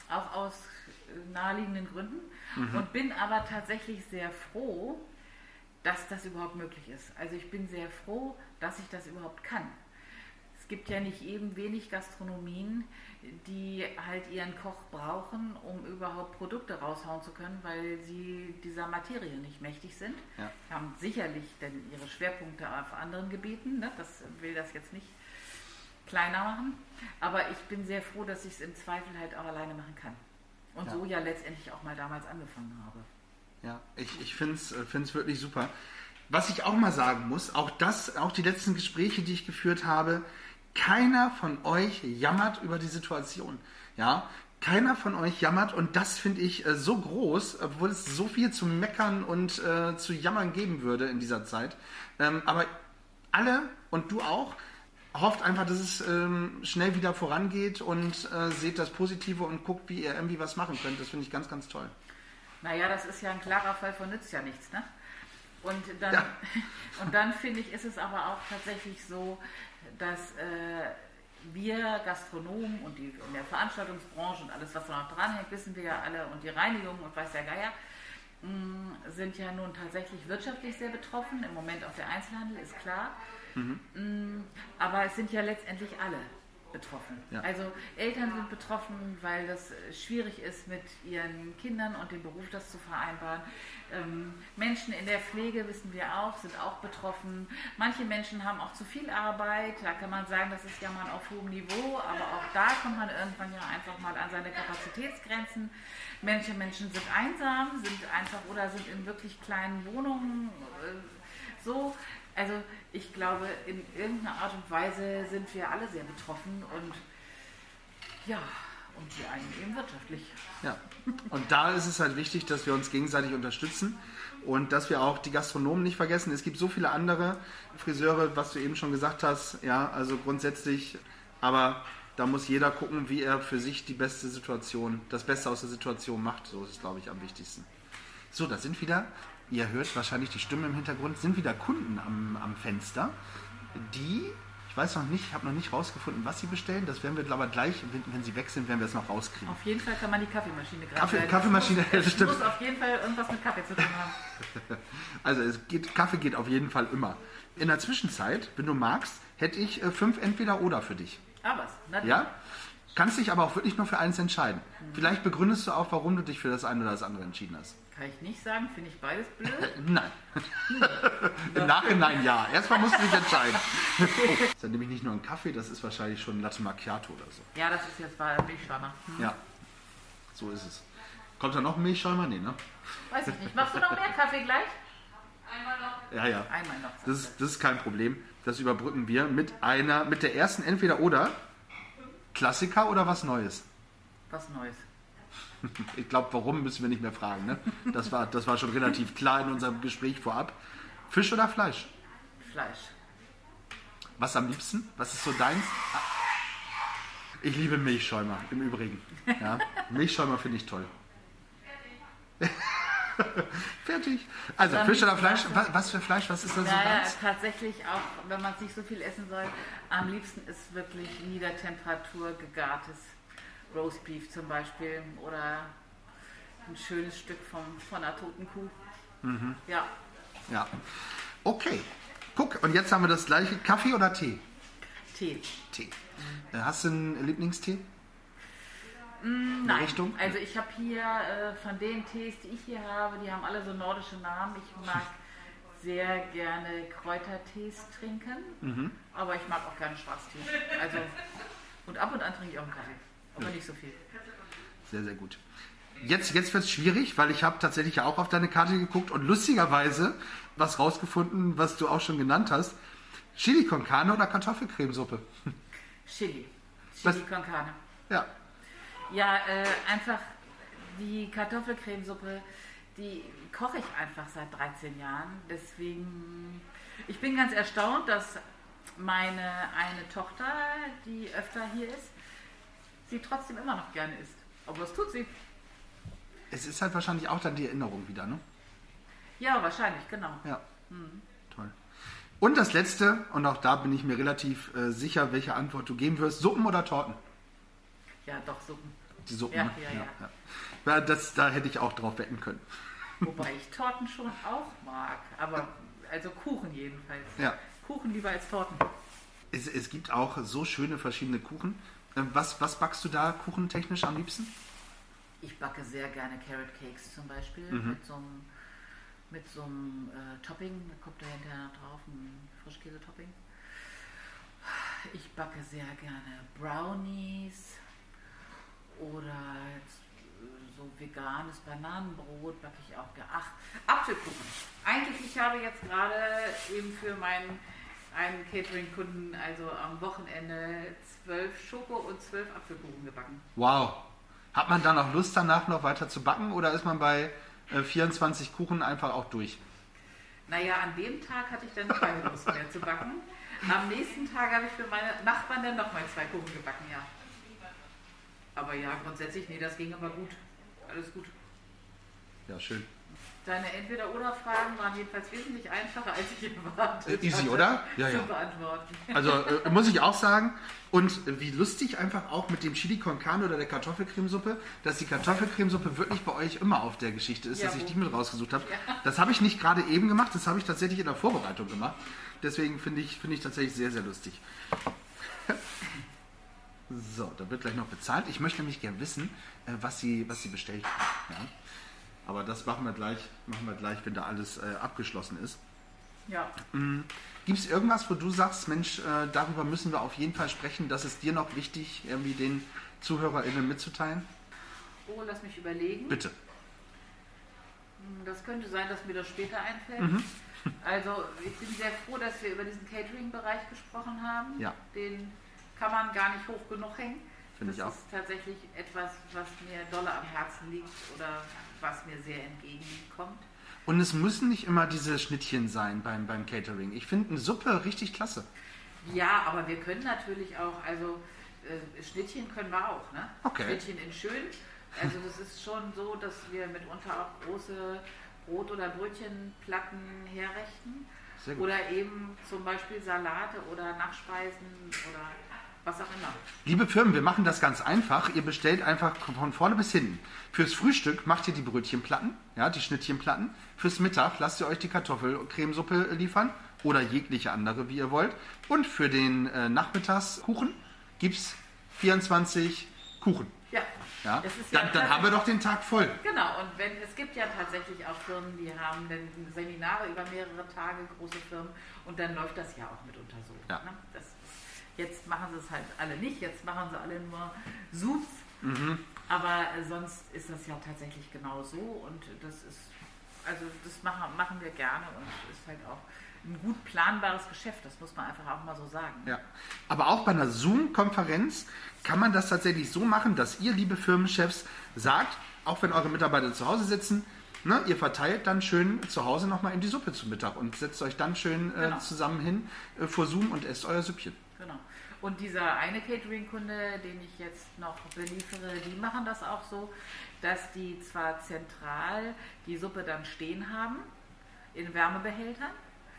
auch aus naheliegenden Gründen. Und bin aber tatsächlich sehr froh, dass das überhaupt möglich ist. Also ich bin sehr froh, dass ich das überhaupt kann. Es gibt ja nicht eben wenig Gastronomien, die halt ihren Koch brauchen, um überhaupt Produkte raushauen zu können, weil sie dieser Materie nicht mächtig sind. Ja. Haben sicherlich denn ihre Schwerpunkte auf anderen Gebieten, ne? Das will das jetzt nicht kleiner machen, aber ich bin sehr froh, dass ich es im Zweifel halt auch alleine machen kann. Und so ja letztendlich auch mal damals angefangen habe. Ja, ich finde es wirklich super. Was ich auch mal sagen muss, auch die letzten Gespräche, die ich geführt habe, keiner von euch jammert über die Situation. Ja, keiner von euch jammert und das finde ich so groß, obwohl es so viel zu meckern und zu jammern geben würde in dieser Zeit. Aber alle und du auch hofft einfach, dass es schnell wieder vorangeht und seht das Positive und guckt, wie ihr irgendwie was machen könnt. Das finde ich ganz, ganz toll. Naja, das ist ja ein klarer Fall von nützt ja nichts, ne? Und dann finde ich, ist es aber auch tatsächlich so, dass wir Gastronomen und die in der Veranstaltungsbranche und alles, was da noch dranhängt, wissen wir ja alle, und die Reinigung und weiß der Geier, sind ja nun tatsächlich wirtschaftlich sehr betroffen. Im Moment auch der Einzelhandel, ist klar. Aber es sind ja letztendlich alle betroffen. Ja. Also Eltern sind betroffen, weil das schwierig ist, mit ihren Kindern und dem Beruf das zu vereinbaren. Menschen in der Pflege, wissen wir auch, sind auch betroffen. Manche Menschen haben auch zu viel Arbeit. Da kann man sagen, das ist ja mal auf hohem Niveau, aber auch da kommt man irgendwann ja einfach mal an seine Kapazitätsgrenzen. Manche Menschen sind einsam, sind in wirklich kleinen Wohnungen so. Also ich glaube, in irgendeiner Art und Weise sind wir alle sehr betroffen und die einen eben wirtschaftlich. Ja, und da ist es halt wichtig, dass wir uns gegenseitig unterstützen und dass wir auch die Gastronomen nicht vergessen. Es gibt so viele andere Friseure, was du eben schon gesagt hast, ja, also grundsätzlich, aber da muss jeder gucken, wie er für sich das Beste aus der Situation macht. So ist es, glaube ich, am wichtigsten. So, da sind wieder... Ihr hört wahrscheinlich die Stimme im Hintergrund, sind wieder Kunden am Fenster, ich weiß noch nicht, ich habe noch nicht rausgefunden, was sie bestellen. Das werden wir, glaube ich, gleich, wenn sie weg sind, werden wir es noch rauskriegen. Auf jeden Fall kann man die Kaffeemaschine gerade... Kaffeemaschine, das stimmt. Es muss auf jeden Fall irgendwas mit Kaffee zu tun haben. Also Kaffee geht auf jeden Fall immer. In der Zwischenzeit, wenn du magst, hätte ich 5 Entweder-Oder für dich. Ah, was? Na, ja? Kannst dich aber auch wirklich nur für eins entscheiden. Vielleicht begründest du auch, warum du dich für das eine oder das andere entschieden hast. Kann ich nicht sagen, finde ich beides blöd? Nein. Im Nachhinein ja. Erstmal musst du dich entscheiden. Das ist dann nämlich nicht nur ein Kaffee, das ist wahrscheinlich schon ein Latte Macchiato oder so. Ja, das ist jetzt bei Milchschäumer. Ja, so ist es. Kommt da noch ein Milchschäumer? Nee, ne? Weiß ich nicht. Machst du noch mehr Kaffee gleich? Einmal noch. Ja. Einmal noch. Das ist kein Problem. Das überbrücken wir mit der ersten Entweder-Oder. Klassiker oder was Neues? Was Neues. Ich glaube, warum, müssen wir nicht mehr fragen. Ne? Das war schon relativ klar in unserem Gespräch vorab. Fisch oder Fleisch? Fleisch. Was am liebsten? Was ist so deins? Ich liebe Milchschäumer, im Übrigen. Ja? Milchschäumer finde ich toll. Fertig. Also dann Fisch oder Fleisch? Was für Fleisch? Was ist das so deins? Tatsächlich auch, wenn man es nicht so viel essen soll, am liebsten ist wirklich Niedertemperatur gegartes Roastbeef zum Beispiel oder ein schönes Stück von einer toten Kuh. Mhm. Ja. Okay. Guck, und jetzt haben wir das gleiche. Kaffee oder Tee? Tee. Hast du einen Lieblingstee? Nein, Richtung? Also ich habe hier von den Tees, die ich hier habe, die haben alle so nordische Namen. Ich mag sehr gerne Kräutertees trinken, aber ich mag auch gerne Schwarztee. Also, und ab und an trinke ich auch einen Kaffee, aber nicht so viel. Sehr, sehr gut. Jetzt wird es schwierig, weil ich habe tatsächlich ja auch auf deine Karte geguckt und lustigerweise was rausgefunden, was du auch schon genannt hast. Chili con Carne oder Kartoffelcremesuppe? Chili con Carne. Ja. Ja, einfach die Kartoffelcremesuppe, die koche ich einfach seit 13 Jahren. Deswegen, ich bin ganz erstaunt, dass meine eine Tochter, die öfter hier ist, sie trotzdem immer noch gerne isst. Aber was tut sie? Es ist halt wahrscheinlich auch dann die Erinnerung wieder, ne? Ja, wahrscheinlich, genau. Ja, toll. Und das Letzte, und auch da bin ich mir relativ sicher, welche Antwort du geben wirst, Suppen oder Torten? Ja, doch, Suppen. Die Suppen. Ja, ne? ja. Ja, da hätte ich auch drauf wetten können. Wobei ich Torten schon auch mag. Aber, also Kuchen jedenfalls. Ja. Kuchen lieber als Torten. Es gibt auch so schöne verschiedene Kuchen. Was backst du da kuchentechnisch am liebsten? Ich backe sehr gerne Carrot Cakes zum Beispiel mit so einem Topping. Da kommt da hinterher drauf ein Frischkäse-Topping. Ich backe sehr gerne Brownies oder so veganes Bananenbrot backe ich auch gerne. Ach, Apfelkuchen. Eigentlich, ich habe jetzt gerade eben für einen Catering-Kunden, also am Wochenende 12 Schoko- und 12 Apfelkuchen gebacken. Wow. Hat man da noch Lust danach noch weiter zu backen oder ist man bei 24 Kuchen einfach auch durch? Naja, an dem Tag hatte ich dann keine Lust mehr zu backen. Am nächsten Tag habe ich für meine Nachbarn dann nochmal 2 Kuchen gebacken, ja. Aber ja, grundsätzlich, nee, das ging aber gut. Alles gut. Ja, schön. Deine Entweder-Oder-Fragen waren jedenfalls wesentlich einfacher, als ich erwartet Easy, hatte, oder? Ja, zu ja. beantworten. Also muss ich auch sagen. Und wie lustig einfach auch mit dem Chili con Carne oder der Kartoffelcremesuppe, dass die Kartoffelcremesuppe wirklich bei euch immer auf der Geschichte ist, dass ich die mit rausgesucht habe. Ja. Das habe ich nicht gerade eben gemacht, das habe ich tatsächlich in der Vorbereitung gemacht. Deswegen finde ich tatsächlich sehr, sehr lustig. So, da wird gleich noch bezahlt. Ich möchte nämlich gerne wissen, was sie bestellt haben. Ja? Aber das machen wir gleich, wenn da alles abgeschlossen ist. Ja. Gibt es irgendwas, wo du sagst, Mensch, darüber müssen wir auf jeden Fall sprechen, das ist dir noch wichtig, irgendwie den ZuhörerInnen mitzuteilen? Oh, lass mich überlegen. Bitte. Das könnte sein, dass mir das später einfällt. Also ich bin sehr froh, dass wir über diesen Catering-Bereich gesprochen haben. Ja. Den kann man gar nicht hoch genug hängen. Finde ich auch. Das ist tatsächlich etwas, was mir dolle am Herzen liegt oder was mir sehr entgegenkommt. Und es müssen nicht immer diese Schnittchen sein beim Catering. Ich finde eine Suppe richtig klasse. Ja, aber wir können natürlich auch, also Schnittchen können wir auch, ne? Okay. Schnittchen in schön. Also das ist schon so, dass wir mitunter auch große Brot- oder Brötchenplatten herrichten. Sehr gut. Oder eben zum Beispiel Salate oder Nachspeisen oder was auch immer. Liebe Firmen, wir machen das ganz einfach. Ihr bestellt einfach von vorne bis hinten. Fürs Frühstück macht ihr die Brötchenplatten, ja, die Schnittchenplatten. Fürs Mittag lasst ihr euch die Kartoffelcremesuppe liefern oder jegliche andere, wie ihr wollt. Und für den Nachmittagskuchen gibt es 24 Kuchen. Ja. Ja? Es ist ja Dann haben wir doch den Tag voll. Genau, und es gibt ja tatsächlich auch Firmen, die haben dann Seminare über mehrere Tage, große Firmen, und dann läuft das ja auch mitunter so. Ja. Ne? Jetzt machen sie es halt alle nicht, jetzt machen sie alle nur Soups, aber sonst ist das ja tatsächlich genau so und das machen wir gerne und ist halt auch ein gut planbares Geschäft, das muss man einfach auch mal so sagen. Ja. Aber auch bei einer Zoom-Konferenz kann man das tatsächlich so machen, dass ihr, liebe Firmenchefs, sagt, auch wenn eure Mitarbeiter zu Hause sitzen, ne, ihr verteilt dann schön zu Hause nochmal in die Suppe zu Mittag und setzt euch dann schön zusammen hin vor Zoom und esst euer Süppchen. Genau. Und dieser eine Catering-Kunde, den ich jetzt noch beliefere, die machen das auch so, dass die zwar zentral die Suppe dann stehen haben, in Wärmebehältern,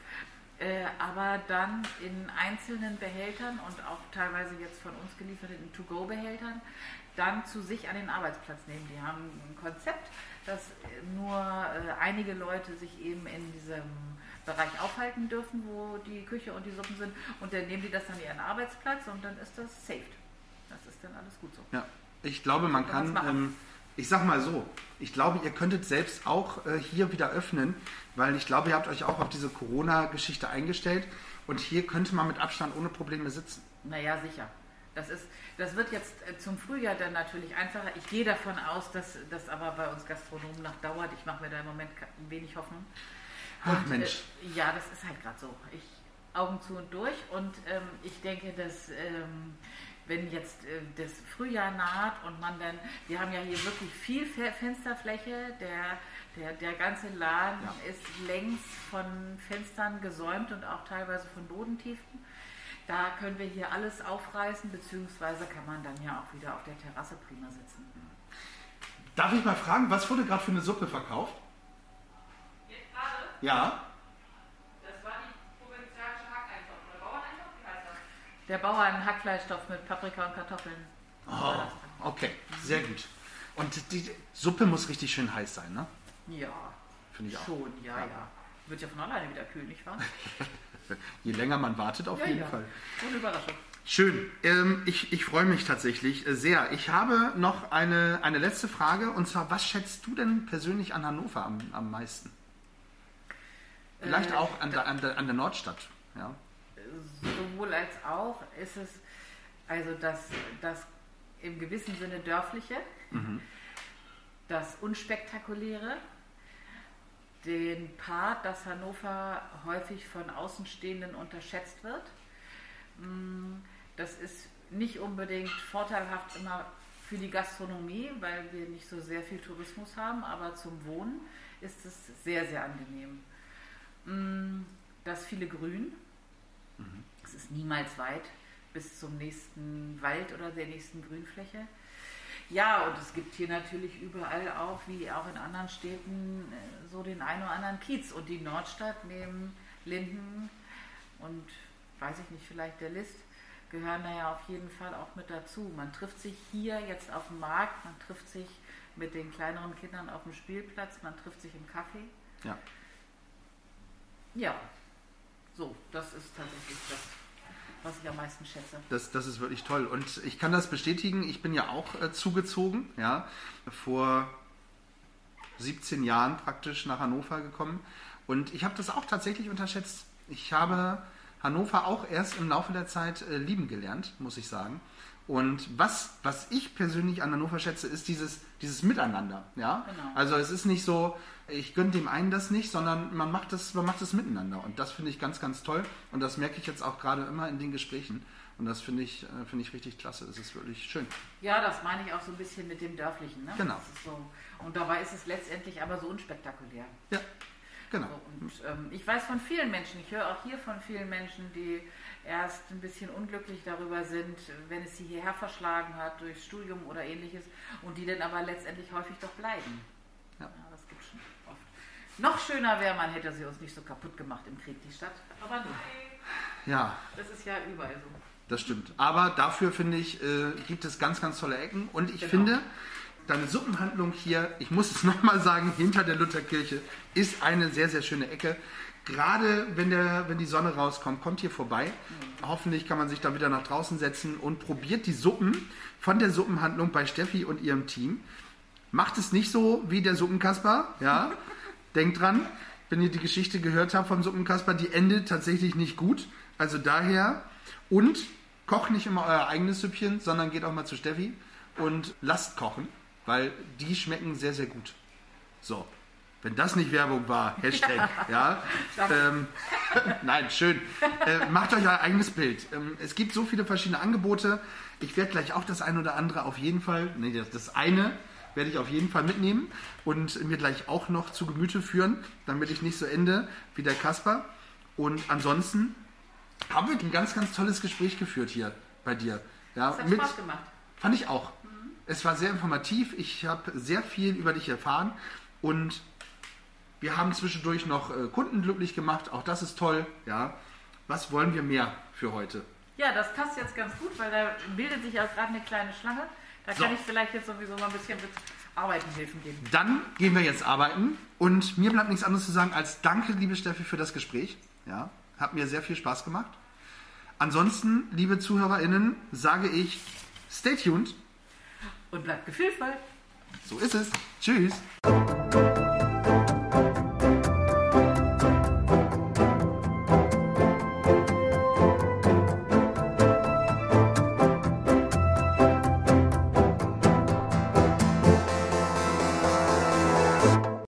aber dann in einzelnen Behältern und auch teilweise jetzt von uns geliefert in To-Go-Behältern dann zu sich an den Arbeitsplatz nehmen. Die haben ein Konzept, dass nur einige Leute sich eben in diesem Bereich aufhalten dürfen, wo die Küche und die Suppen sind, und dann nehmen die das an ihren Arbeitsplatz und dann ist das saved. Das ist dann alles gut so. Ja, ich glaube, man kann, ich sag mal so, ich glaube, ihr könntet selbst auch hier wieder öffnen, weil ich glaube, ihr habt euch auch auf diese Corona-Geschichte eingestellt und hier könnte man mit Abstand ohne Probleme sitzen. Naja, sicher. Das wird jetzt zum Frühjahr dann natürlich einfacher. Ich gehe davon aus, dass das aber bei uns Gastronomen noch dauert. Ich mache mir da im Moment wenig Hoffnung. Ach Mensch. Ja, das ist halt gerade so. Augen zu und durch. Und ich denke, dass wenn jetzt das Frühjahr naht und man dann, wir haben ja hier wirklich viel Fensterfläche, der ganze Laden ist längst von Fenstern gesäumt und auch teilweise von Bodentiefen. Da können wir hier alles aufreißen, beziehungsweise kann man dann ja auch wieder auf der Terrasse prima sitzen. Darf ich mal fragen, was wurde gerade für eine Suppe verkauft? Jetzt gerade? Ja. Das war die provinzialische Hackeintopf oder Bauerneintopf, wie heißt das? Der Bauern Hackfleischtopf mit Paprika und Kartoffeln. Oh, Okay, sehr gut. Und die Suppe muss richtig schön heiß sein, ne? Ja, Finde ich auch. schon, ja. Wird ja von alleine wieder kühl, nicht wahr? Je länger man wartet, auf jeden Fall. So eine Überraschung. Schön. Ich freue mich tatsächlich sehr. Ich habe noch eine letzte Frage, und zwar, was schätzt du denn persönlich an Hannover am meisten? Vielleicht auch an der Nordstadt. Ja. Sowohl als auch ist es also das im gewissen Sinne Dörfliche, das Unspektakuläre, den Part, dass Hannover häufig von Außenstehenden unterschätzt wird. Das ist nicht unbedingt vorteilhaft immer für die Gastronomie, weil wir nicht so sehr viel Tourismus haben, aber zum Wohnen ist es sehr, sehr angenehm. Das viele Grün, es ist niemals weit bis zum nächsten Wald oder der nächsten Grünfläche. Ja, und es gibt hier natürlich überall auch, wie auch in anderen Städten, so den einen oder anderen Kiez. Und die Nordstadt neben Linden und, weiß ich nicht, vielleicht der List, gehören da ja auf jeden Fall auch mit dazu. Man trifft sich hier jetzt auf dem Markt, man trifft sich mit den kleineren Kindern auf dem Spielplatz, man trifft sich im Café. Ja. Ja, so, das ist tatsächlich das, was ich am meisten schätze. Das ist wirklich toll. Und ich kann das bestätigen, ich bin ja auch zugezogen, ja, vor 17 Jahren praktisch nach Hannover gekommen. Und ich habe das auch tatsächlich unterschätzt. Ich habe Hannover auch erst im Laufe der Zeit lieben gelernt, muss ich sagen. Und was ich persönlich an Hannover schätze, ist dieses Miteinander. Ja? Genau. Also es ist nicht so, ich gönne dem einen das nicht, sondern man macht es miteinander. Und das finde ich ganz, ganz toll. Und das merke ich jetzt auch gerade immer in den Gesprächen. Und das finde ich richtig klasse. Das ist wirklich schön. Ja, das meine ich auch so ein bisschen mit dem Dörflichen. Ne? Genau. Das ist so. Und dabei ist es letztendlich aber so unspektakulär. Ja, genau. So, und ich weiß von vielen Menschen, ich höre auch hier von vielen Menschen, die erst ein bisschen unglücklich darüber sind, wenn es sie hierher verschlagen hat durch Studium oder ähnliches und die dann aber letztendlich häufig doch bleiben. Ja. Das gibt es schon oft. Noch schöner wäre, man hätte sie uns nicht so kaputt gemacht im Krieg, die Stadt. Aber nein, Ja, das ist ja überall so. das stimmt. Aber dafür, finde ich, gibt es ganz, ganz tolle Ecken. Und ich Genau. finde, deine Suppenhandlung hier, ich muss es nochmal sagen, hinter der Lutherkirche, ist eine sehr, sehr schöne Ecke. Gerade wenn die Sonne rauskommt, kommt hier vorbei. Hoffentlich kann man sich dann wieder nach draußen setzen und probiert die Suppen von der Suppenhandlung bei Steffi und ihrem Team. Macht es nicht so wie der Suppenkasper, ja. Denkt dran, wenn ihr die Geschichte gehört habt vom Suppenkasper, die endet tatsächlich nicht gut. Also daher, und kocht nicht immer euer eigenes Süppchen, sondern geht auch mal zu Steffi und lasst kochen, weil die schmecken sehr, sehr gut. So. Wenn das nicht Werbung war, Hashtag, ja. Nein, schön. Macht euch euer eigenes Bild. Es gibt so viele verschiedene Angebote. Ich werde gleich auch das eine oder andere auf jeden Fall, das eine werde ich auf jeden Fall mitnehmen und mir gleich auch noch zu Gemüte führen, damit ich nicht so ende wie der Kasper. Und ansonsten haben wir ein ganz, ganz tolles Gespräch geführt hier bei dir. Ja, Das hat Spaß gemacht. Fand ich auch. Es war sehr informativ. Ich habe sehr viel über dich erfahren und wir haben zwischendurch noch Kunden glücklich gemacht. Auch das ist toll. Ja. Was wollen wir mehr für heute? Ja, das passt jetzt ganz gut, weil da bildet sich auch gerade eine kleine Schlange. Da kann ich vielleicht jetzt sowieso mal ein bisschen mit Arbeiten helfen geben. Dann gehen wir jetzt arbeiten und mir bleibt nichts anderes zu sagen als danke, liebe Steffi, für das Gespräch. Ja, hat mir sehr viel Spaß gemacht. Ansonsten, liebe ZuhörerInnen, sage ich, stay tuned. Und bleibt gefühlvoll. So ist es. Tschüss.